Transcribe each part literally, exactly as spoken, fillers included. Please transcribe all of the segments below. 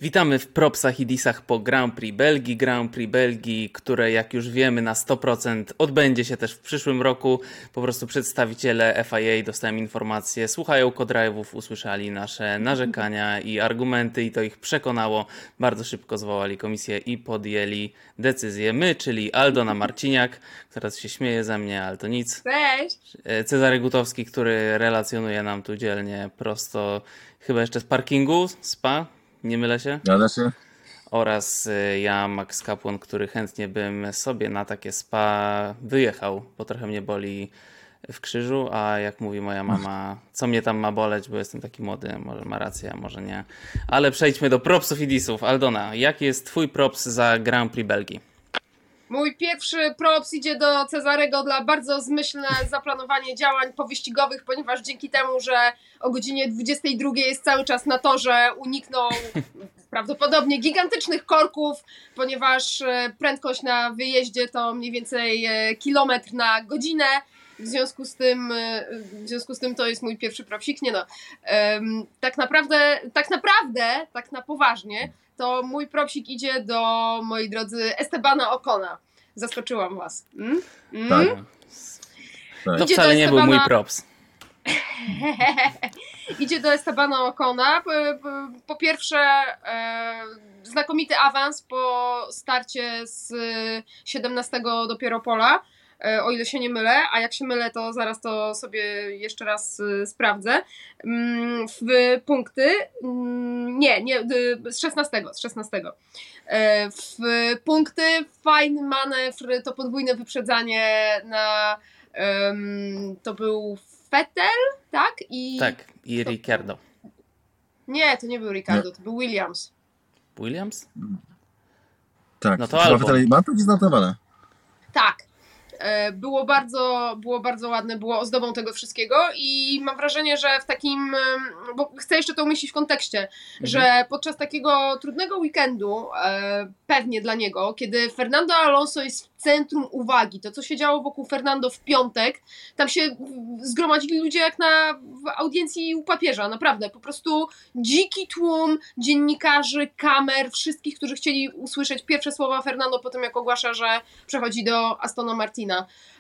Witamy w propsach i disach po Grand Prix Belgii. Grand Prix Belgii, które jak już wiemy na sto procent odbędzie się też w przyszłym roku. Po prostu przedstawiciele F I A, dostałem informację, słuchają co-drive'ów, usłyszeli nasze narzekania i argumenty i to ich przekonało. Bardzo szybko zwołali komisję i podjęli decyzję. My, czyli Aldona Marciniak, teraz się śmieje ze mnie, ale to nic. Cześć! Cezary Gutowski, który relacjonuje nam tu dzielnie prosto chyba jeszcze z parkingu, spa. Nie mylę się? Zgadza się. Oraz ja, Max Kapłon, który chętnie bym sobie na takie spa wyjechał, bo trochę mnie boli w krzyżu, a jak mówi moja mama, co mnie tam ma boleć, bo jestem taki młody, może ma rację, a może nie. Ale przejdźmy do propsów i disów. Aldona, jaki jest twój props za Grand Prix Belgii? Mój pierwszy props idzie do Cezarego dla bardzo zmyślne zaplanowanie działań powyścigowych, ponieważ dzięki temu, że o godzinie dwudziestej drugiej jest cały czas na torze, uniknął prawdopodobnie gigantycznych korków, ponieważ prędkość na wyjeździe to mniej więcej kilometr na godzinę. W związku z tym, w związku z tym to jest mój pierwszy propsik. Nie no, tak naprawdę, tak naprawdę, tak na poważnie, to mój propsik idzie do, moi drodzy, Estebana Ocona. Zaskoczyłam was. Mm? Mm? Tak. Tak. To wcale nie był mój props. Idzie do Estebana Ocona. Po, po, po pierwsze, e, znakomity awans po starcie z siedemnastego dopiero pola, o ile się nie mylę, a jak się mylę, to zaraz to sobie jeszcze raz sprawdzę. W punkty, nie, nie, z szesnastego, z szesnastego. W punkty, fajny manewr, to podwójne wyprzedzanie na, to był Vettel, tak? I tak, i Ricciardo. Nie, to nie był Ricciardo, to był Williams. Williams? Tak, no to albo. Ma to znotowane. Tak. Było bardzo, było bardzo ładne, było ozdobą tego wszystkiego i mam wrażenie, że w takim, bo chcę jeszcze to umieścić w kontekście, mhm. że podczas takiego trudnego weekendu, pewnie dla niego, kiedy Fernando Alonso jest w centrum uwagi, to co się działo wokół Fernando w piątek, tam się zgromadzili ludzie jak na audiencji u papieża, naprawdę, po prostu dziki tłum dziennikarzy, kamer, wszystkich, którzy chcieli usłyszeć pierwsze słowa Fernando po tym, jak ogłasza, że przechodzi do Astona Martina.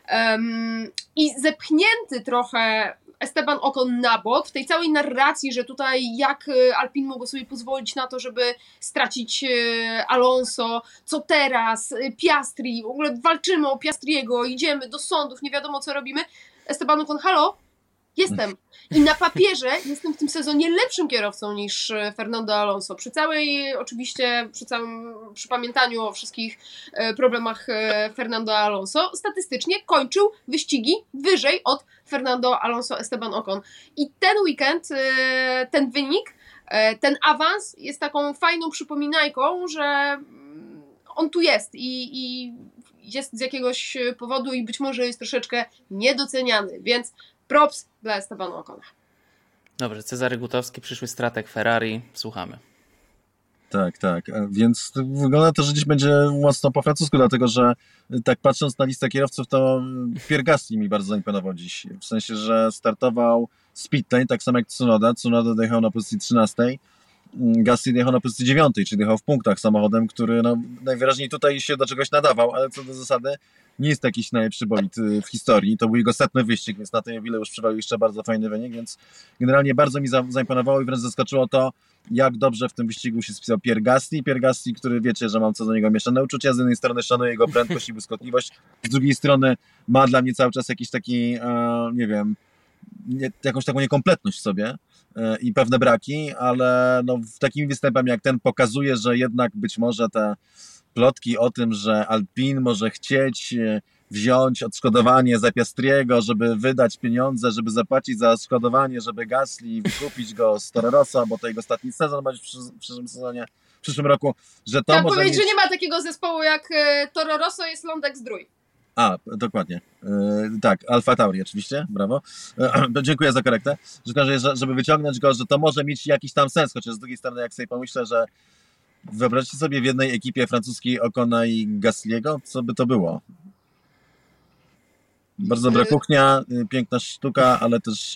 Um, I zepchnięty trochę Esteban Ocon na bok w tej całej narracji, że tutaj jak Alpine mogło sobie pozwolić na to, żeby stracić Alonso, co teraz, Piastri, w ogóle walczymy o Piastriego, idziemy do sądów, nie wiadomo co robimy. Esteban Ocon, halo? Jestem. I na papierze jestem w tym sezonie lepszym kierowcą niż Fernando Alonso. Przy całej, oczywiście, przy całym przypamiętaniu o wszystkich problemach Fernando Alonso, statystycznie kończył wyścigi wyżej od Fernando Alonso Esteban Ocon. I ten weekend, ten wynik, ten awans jest taką fajną przypominajką, że on tu jest i, i jest z jakiegoś powodu i być może jest troszeczkę niedoceniany, więc props dla Estebana Ocona. Dobrze, Cezary Gutowski, przyszły strateg Ferrari, słuchamy. Tak, tak, więc wygląda to, że dziś będzie mocno po francusku, dlatego że tak patrząc na listę kierowców, to Pierre Gasly mi bardzo zaimponował dziś, w sensie, że startował z pit lane, tak samo jak Tsunoda, Tsunoda dojechał na pozycji trzynastej, Gasly jechał na pozycji dziewiątej, czyli jechał w punktach samochodem, który no, najwyraźniej tutaj się do czegoś nadawał, ale co do zasady nie jest to jakiś najlepszy bolid w historii. To był jego setny wyścig, więc na tej jubileusz przywalił jeszcze bardzo fajny wynik, więc generalnie bardzo mi za, zaimponowało i wręcz zaskoczyło to, jak dobrze w tym wyścigu się spisał Pierre Gasly. Pierre Gasly, który wiecie, że mam co do niego mieszane uczucia. Z jednej strony szanuję jego prędkość i błyskotliwość, z drugiej strony ma dla mnie cały czas jakiś taki, e, nie wiem, nie, jakąś taką niekompletność w sobie i pewne braki, ale no w takim występem jak ten pokazuje, że jednak być może te plotki o tym, że Alpine może chcieć wziąć odszkodowanie za Piastriego, żeby wydać pieniądze, żeby zapłacić za odszkodowanie, żeby Gasly wykupić go z Toro Rosso, bo to jego ostatni sezon będzie w przyszłym sezonie, w przyszłym roku, że to Chciałam może powiedzieć, mieć... że nie ma takiego zespołu jak Toro Rosso, jest Lądek Zdrój. A, dokładnie. Yy, tak, Alfa Tauri oczywiście, brawo. Yy, dziękuję za korektę. Że, żeby wyciągnąć go, że to może mieć jakiś tam sens, chociaż z drugiej strony jak sobie pomyślę, że wyobraźcie sobie w jednej ekipie francuskiej Ocona i Gasly'ego, co by to było? Bardzo dobra kuchnia, piękna sztuka, ale też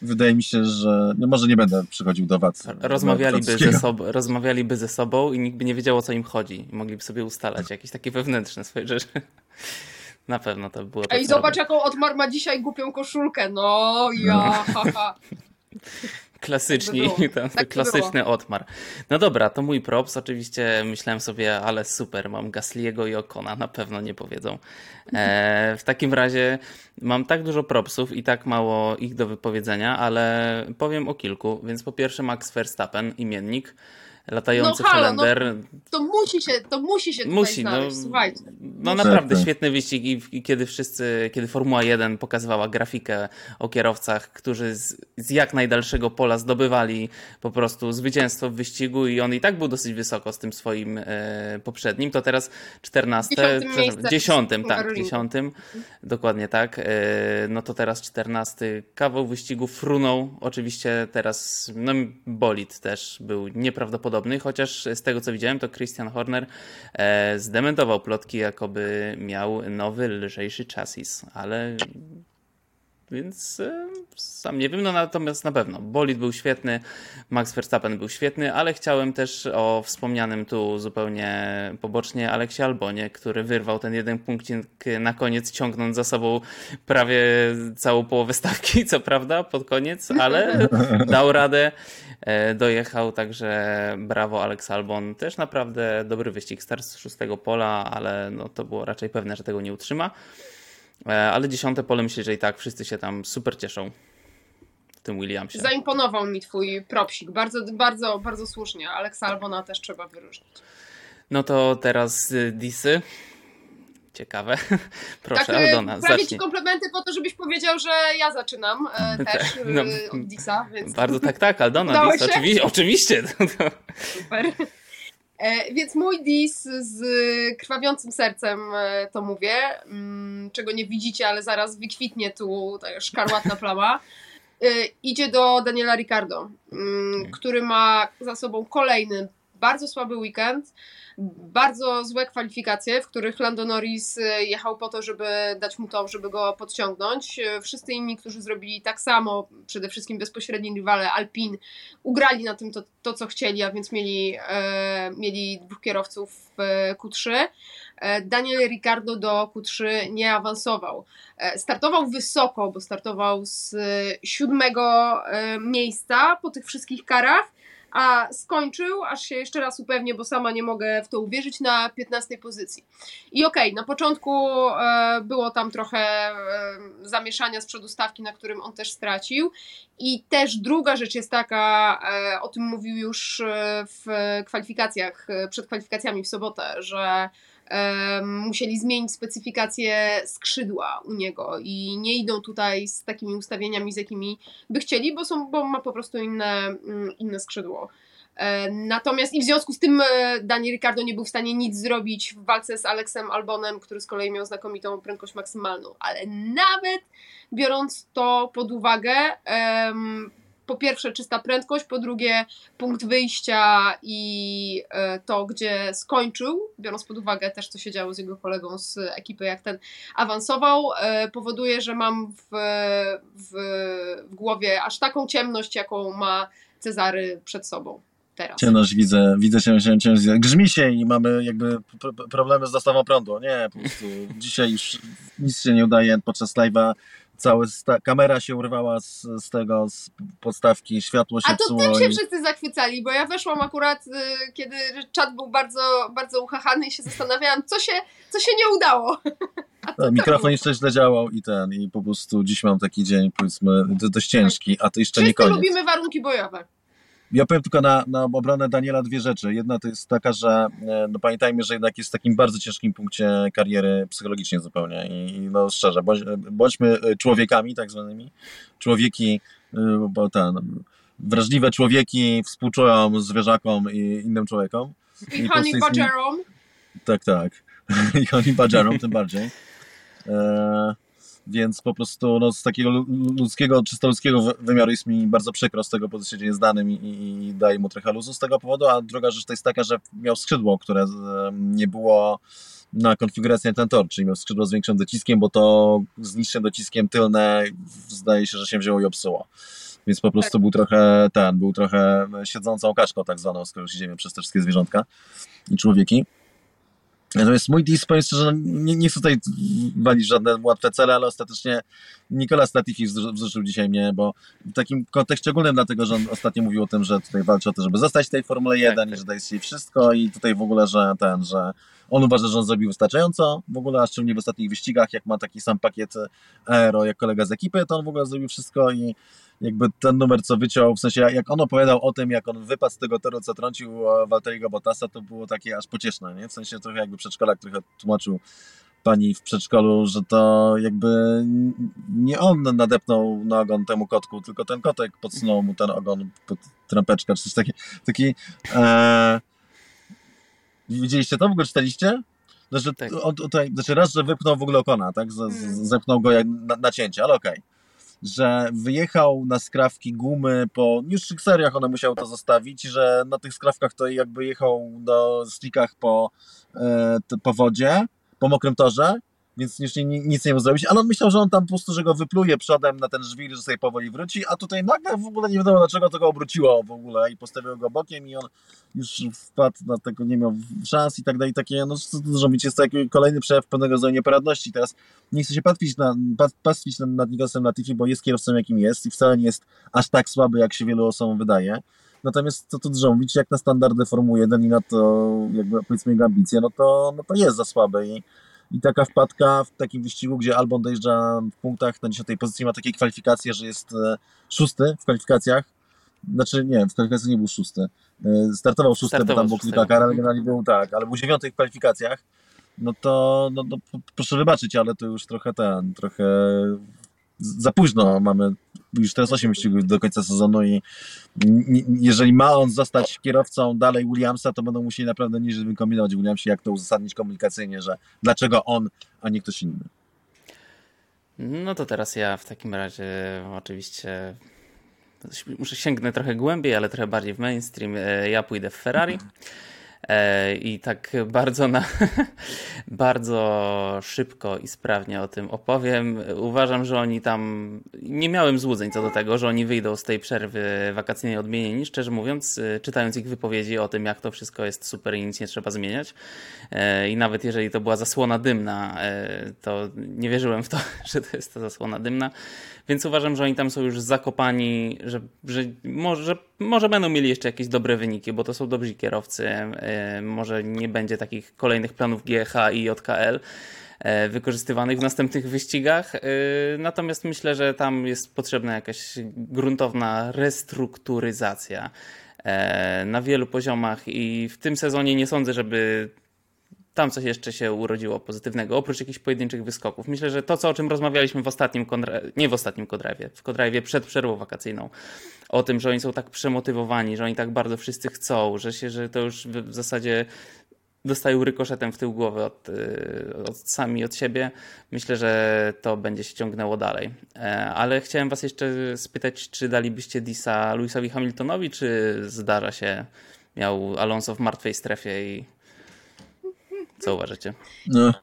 wydaje mi się, że no może nie będę przychodził do wad. Rozmawialiby ze, sobą, rozmawialiby ze sobą i nikt by nie wiedział, o co im chodzi. I mogliby sobie ustalać jakieś takie wewnętrzne swoje rzeczy. Na pewno to było to. Ej, zobacz, jaką Otmar ma dzisiaj głupią koszulkę. No, ja, haha. Klasyczni, tak by ten tak klasyczny Otmar. No dobra, to mój props. Oczywiście myślałem sobie, ale super, mam Gasly'ego i Ocona, na pewno nie powiedzą. E, w takim razie mam tak dużo propsów i tak mało ich do wypowiedzenia, ale powiem o kilku. Więc po pierwsze Max Verstappen, imiennik. Latający no, halo, Holender. No, to musi się, to musi się tutaj musi, znaleźć, no, słuchajcie. No naprawdę świetny wyścig i, i kiedy wszyscy, kiedy Formuła jeden pokazywała grafikę o kierowcach, którzy z, z jak najdalszego pola zdobywali po prostu zwycięstwo w wyścigu i on i tak był dosyć wysoko z tym swoim e, poprzednim, to teraz czternasty, dziesiątym, tak, dziesiątym, dokładnie tak, e, no to teraz czternasty kawał wyścigu frunął, oczywiście teraz no bolid też był nieprawdopodobny, chociaż z tego co widziałem, to Christian Horner e, zdementował plotki, jakoby miał nowy, lżejszy chassis, ale więc e, sam nie wiem, no natomiast na pewno bolid był świetny, Max Verstappen był świetny, ale chciałem też o wspomnianym tu zupełnie pobocznie Aleksie Albonie, który wyrwał ten jeden punkcik na koniec, ciągnąc za sobą prawie całą połowę stawki, co prawda, pod koniec, ale dał radę. Dojechał, także brawo Alex Albon. Też naprawdę dobry wyścig, start z szóstego pola, ale no to było raczej pewne, że tego nie utrzyma. Ale dziesiąte pole myślę, że i tak wszyscy się tam super cieszą w tym Williamsie. Zaimponował mi twój propsik. Bardzo, bardzo, bardzo słusznie. Alexa Albona też trzeba wyróżnić. No to teraz disy. Ciekawe. Proszę, tak, Aldona, prawie zacznij. ci komplementy po to, żebyś powiedział, że ja zaczynam e, też no, e, od disa. Więc... Bardzo tak, tak, Aldona, dis, oczywiście. oczywiście. Super. E, więc mój dis z krwawiącym sercem e, to mówię, m, czego nie widzicie, ale zaraz wykwitnie tu ta szkarłatna plama. E, idzie do Daniela Ricciardo, m, który ma za sobą kolejny bardzo słaby weekend, bardzo złe kwalifikacje, w których Lando Norris jechał po to, żeby dać mu to, żeby go podciągnąć. Wszyscy inni, którzy zrobili tak samo, przede wszystkim bezpośredni rywale Alpine, ugrali na tym to, to co chcieli, a więc mieli, e, mieli dwóch kierowców w Q trzy. Daniel Ricciardo do Q trzy nie awansował. Startował wysoko, bo startował z siódmego miejsca po tych wszystkich karach, a skończył, aż się jeszcze raz upewnię, bo sama nie mogę w to uwierzyć, na piętnastej pozycji. I okej, okay, na początku e, było tam trochę e, zamieszania z przodu stawki, na którym on też stracił. I też druga rzecz jest taka, e, o tym mówił już w kwalifikacjach, przed kwalifikacjami w sobotę, że musieli zmienić specyfikację skrzydła u niego i nie idą tutaj z takimi ustawieniami, z jakimi by chcieli, bo, są, bo ma po prostu inne, inne skrzydło. Natomiast i w związku z tym Daniel Ricciardo nie był w stanie nic zrobić w walce z Alexem Albonem, który z kolei miał znakomitą prędkość maksymalną, ale nawet biorąc to pod uwagę, po pierwsze czysta prędkość, po drugie punkt wyjścia i to, gdzie skończył, biorąc pod uwagę też, co się działo z jego kolegą z ekipy, jak ten awansował, powoduje, że mam w, w, w głowie aż taką ciemność, jaką ma Cezary przed sobą teraz. Ciemność widzę, widzę się, się, się, się. Grzmi się i mamy jakby problemy z dostawą prądu. Nie, po prostu dzisiaj już nic się nie udaje podczas live'a. Cała kamera się urwała z, z tego, z podstawki, światło się psuło. A to psuło tym się i... wszyscy zachwycali, bo ja weszłam akurat, y, kiedy czat był bardzo, bardzo uchachany i się zastanawiałam, co się, co się nie udało. No, mikrofon jeszcze źle działał i ten, i po prostu dziś mam taki dzień, powiedzmy, dość ciężki, a to jeszcze wszyscy nie koniec. lubimy warunki bojowe. Ja powiem tylko na, na obronę Daniela dwie rzeczy. Jedna to jest taka, że no pamiętajmy, że jednak jest w takim bardzo ciężkim punkcie kariery psychologicznie zupełnie i, i no szczerze, bądź, bądźmy człowiekami tak zwanymi. Człowieki, bo ten, wrażliwe człowieki współczują zwierzakom i innym człowiekom. I, I honey badgerom. Mi... Tak, tak. I honey badgerom tym bardziej. E... Więc po prostu no, z takiego ludzkiego, czysto ludzkiego wymiaru jest mi bardzo przykro z tego, bo się dzieje z danym i, i, i daje mu trochę luzu z tego powodu, a druga rzecz to jest taka, że miał skrzydło, które nie było na konfiguracji na ten tor, czyli miał skrzydło z większym dociskiem, bo to z niższym dociskiem tylne zdaje się, że się wzięło i obsuło. Więc po prostu był trochę ten, był trochę siedzącą kaczką tak zwaną, skoro już idziemy przez te wszystkie zwierzątka i człowieki. Natomiast mój dis, powiem szczerze, nie, nie chcę tutaj walić żadne łatwe cele, ale ostatecznie Nicolas Latifi wzruszył dzisiaj mnie, bo w takim kontekście ogólnym, dlatego że on ostatnio mówił o tym, że tutaj walczy o to, żeby zostać w tej Formule jeden tak, tak. i że daje się wszystko i tutaj w ogóle, że ten, że on uważa, że on zrobił wystarczająco, w ogóle, a szczególnie w ostatnich wyścigach, jak ma taki sam pakiet aero jak kolega z ekipy, to on w ogóle zrobił wszystko i jakby ten numer, co wyciął, w sensie jak on opowiadał o tym, jak on wypadł z tego toru, co trącił Valtteriego Bottasa, to było takie aż pocieszne, nie? W sensie trochę jakby przedszkolak trochę tłumaczył pani w przedszkolu, że to jakby nie on nadepnął na ogon temu kotku, tylko ten kotek podsunął mu ten ogon pod trampeczkę, czy coś takiego. Taki, e... Widzieliście to? W ogóle czytaliście? Znaczy, tak. on, tutaj, znaczy raz, że wypnął w ogóle Okona, tak? Z, z, zepnął go jak na, na cięcie, ale okej. Okay. Że wyjechał na skrawki gumy po niższych seriach, one musiały to zostawić, że na tych skrawkach to jakby jechał do slickach po, e, po wodzie, po mokrym torze, więc już nie, nic nie mógł zrobić, ale on myślał, że on tam po prostu, że go wypluje przodem na ten żwir, że sobie powoli wróci, a tutaj nagle w ogóle nie wiadomo dlaczego to go obróciło w ogóle i postawił go bokiem i on już wpadł na tego, nie miał szans i tak dalej, takie, no co dużo mówić, jest to taki kolejny przejaw pewnego rodzaju nieporadności. Teraz nie chcę się pastwić, na, pastwić nad, nad Nicolasem Latifi, bo jest kierowcą jakim jest i wcale nie jest aż tak słaby, jak się wielu osobom wydaje. Natomiast co tu dużo mówić, jak na standardy Formuły jeden i na to jakby powiedzmy jego ambicje, no to, no to jest za słabe i I taka wpadka w takim wyścigu, gdzie Albon dojeżdża w punktach na dziesiątej pozycji, ma takie kwalifikacje, że jest szósty w kwalifikacjach. Znaczy nie, w kwalifikacjach nie był szósty. Startował szósty, Startował bo tam był kilka kar, ale generalnie był tak, ale był dziewiąty w kwalifikacjach. No to no, no, proszę wybaczyć, ale to już trochę ten, trochę za późno mamy już teraz osiem wyścigów do końca sezonu i jeżeli ma on zostać kierowcą dalej Williamsa, to będą musieli naprawdę nieźle wykombinować Williamsie, jak to uzasadnić komunikacyjnie, że dlaczego on, a nie ktoś inny. No to teraz ja w takim razie oczywiście muszę sięgnę trochę głębiej, ale trochę bardziej w mainstream. Ja pójdę w Ferrari. I tak bardzo, na, bardzo szybko i sprawnie o tym opowiem. Uważam, że oni tam, nie miałem złudzeń co do tego, że oni wyjdą z tej przerwy wakacyjnej odmienieni, szczerze mówiąc, czytając ich wypowiedzi o tym, jak to wszystko jest super i nic nie trzeba zmieniać. I nawet jeżeli to była zasłona dymna, to nie wierzyłem w to, że to jest ta zasłona dymna. Więc uważam, że oni tam są już zakopani, że, że może, może będą mieli jeszcze jakieś dobre wyniki, bo to są dobrzy kierowcy. Może nie będzie takich kolejnych planów G H i J K L wykorzystywanych w następnych wyścigach. Natomiast myślę, że tam jest potrzebna jakaś gruntowna restrukturyzacja na wielu poziomach i w tym sezonie nie sądzę, żeby tam coś jeszcze się urodziło pozytywnego, oprócz jakichś pojedynczych wyskoków. Myślę, że to, co o czym rozmawialiśmy w ostatnim, nie w ostatnim Kodrajwie, w Kodrajwie przed przerwą wakacyjną, o tym, że oni są tak przemotywowani, że oni tak bardzo wszyscy chcą, że się, że to już w zasadzie dostają rykoszetem w tył głowy od, od sami od siebie. Myślę, że to będzie się ciągnęło dalej. Ale chciałem was jeszcze spytać, czy dalibyście disa Lewisowi Hamiltonowi, czy zdarza się, miał Alonso w martwej strefie i co uważacie? No.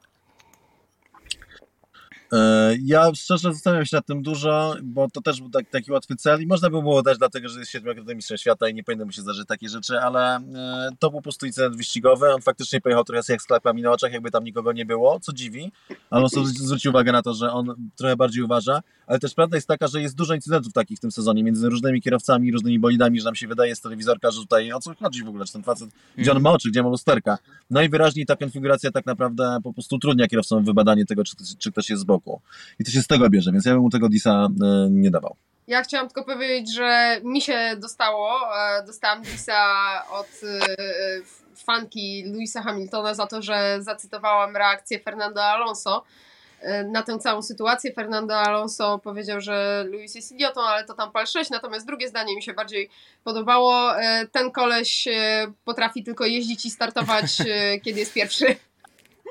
Ja szczerze zastanawiam się nad tym dużo, bo to też był tak, taki łatwy cel i można by było dać, dlatego że jest siedmiokrotnym mistrzem świata i nie powinny mu się zdarzyć takie rzeczy, ale to był po prostu incydent wyścigowy, on faktycznie pojechał trochę jak z klapami na oczach, jakby tam nikogo nie było, co dziwi. Alonso zwrócił uwagę na to, że on trochę bardziej uważa, ale też prawda jest taka, że jest dużo incydentów takich w tym sezonie między różnymi kierowcami, różnymi bolidami, że nam się wydaje z telewizorka, że tutaj o co chodzi w ogóle, czy ten facet, gdzie on ma oczy, gdzie ma lusterka. Najwyraźniej ta konfiguracja tak naprawdę po prostu utrudnia kierowcom wybadanie tego, czy, czy ktoś jest z boku. I to się z tego bierze, więc ja bym mu tego disa y, nie dawał. Ja chciałam tylko powiedzieć, że mi się dostało, dostałam disa od fanki Lewisa Hamiltona za to, że zacytowałam reakcję Fernando Alonso na tę całą sytuację. Fernando Alonso powiedział, że Lewis jest idiotą, ale to tam pal sześć, natomiast drugie zdanie mi się bardziej podobało. Ten koleś potrafi tylko jeździć i startować, kiedy jest pierwszy.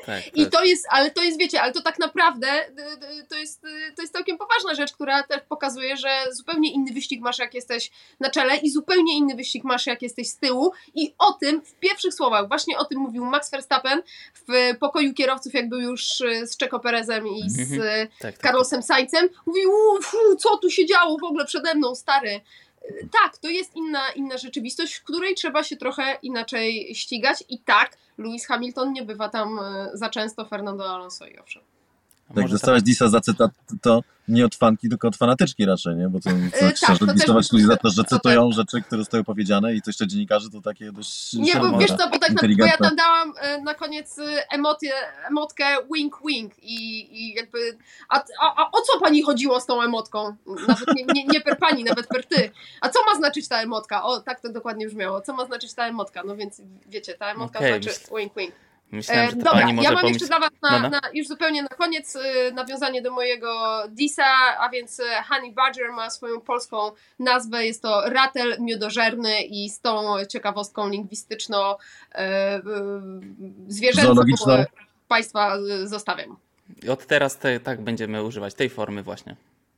tak, I tak. to jest, ale to jest, wiecie, ale to tak naprawdę to jest, to jest całkiem poważna rzecz, która też pokazuje, że zupełnie inny wyścig masz, jak jesteś na czele i zupełnie inny wyścig masz, jak jesteś z tyłu i o tym w pierwszych słowach, właśnie o tym mówił Max Verstappen w pokoju kierowców, jak był już z Checo Perezem i z Mhm. Tak, tak. Carlosem Sainzem, mówił, fu, co tu się działo w ogóle przede mną, stary. Tak, to jest inna, inna rzeczywistość, w której trzeba się trochę inaczej ścigać i tak, Lewis Hamilton nie bywa tam za często, Fernando Alonso i owszem. A Jak może dostałeś ta- Disa za cytat, to nie od fanki, tylko od fanatyczki raczej, nie? Bo to co, tak, chcesz to też- disować ludzi za to, że to cytują rzeczy, które zostały powiedziane i to jeszcze dziennikarzy to takie dość Nie, bo szerokie, wiesz co, bo tak na, bo ja inteligentne. tam dałam e, na koniec e, emotję, emotkę wink wink i, i jakby, a, a, a o co pani chodziło z tą emotką? Nawet nie, nie, nie per pani, nawet per ty. A co ma znaczyć ta emotka? O, tak to dokładnie brzmiało. Co ma znaczyć ta emotka? No więc wiecie, ta emotka Okej, znaczy myśl- wink wink. Myślałem, E, że to dobra, pani może ja mam pomyśl... jeszcze dla was na, No, no. na, już zupełnie na koniec y, nawiązanie do mojego Disa, a więc y, Honey Badger ma swoją polską nazwę, jest to ratel miodożerny i z tą ciekawostką lingwistyczną y, y, zwierzęcą Zoologiczną. y, Państwa y, zostawiam. I od teraz te, tak będziemy używać tej formy właśnie.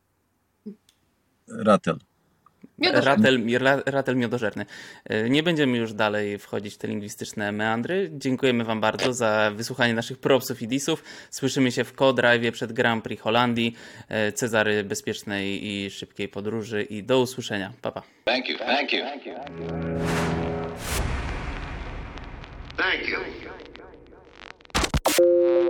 Ratel. Miodożerny. Ratel, ra- ratel miodożerny. E, Nie będziemy już dalej wchodzić w te lingwistyczne meandry. Dziękujemy wam bardzo za wysłuchanie naszych propsów i disów. Słyszymy się w co-drive przed Grand Prix Holandii. E, Cezary, bezpiecznej i szybkiej podróży i do usłyszenia. Pa, pa. Thank you. Thank you. Thank you.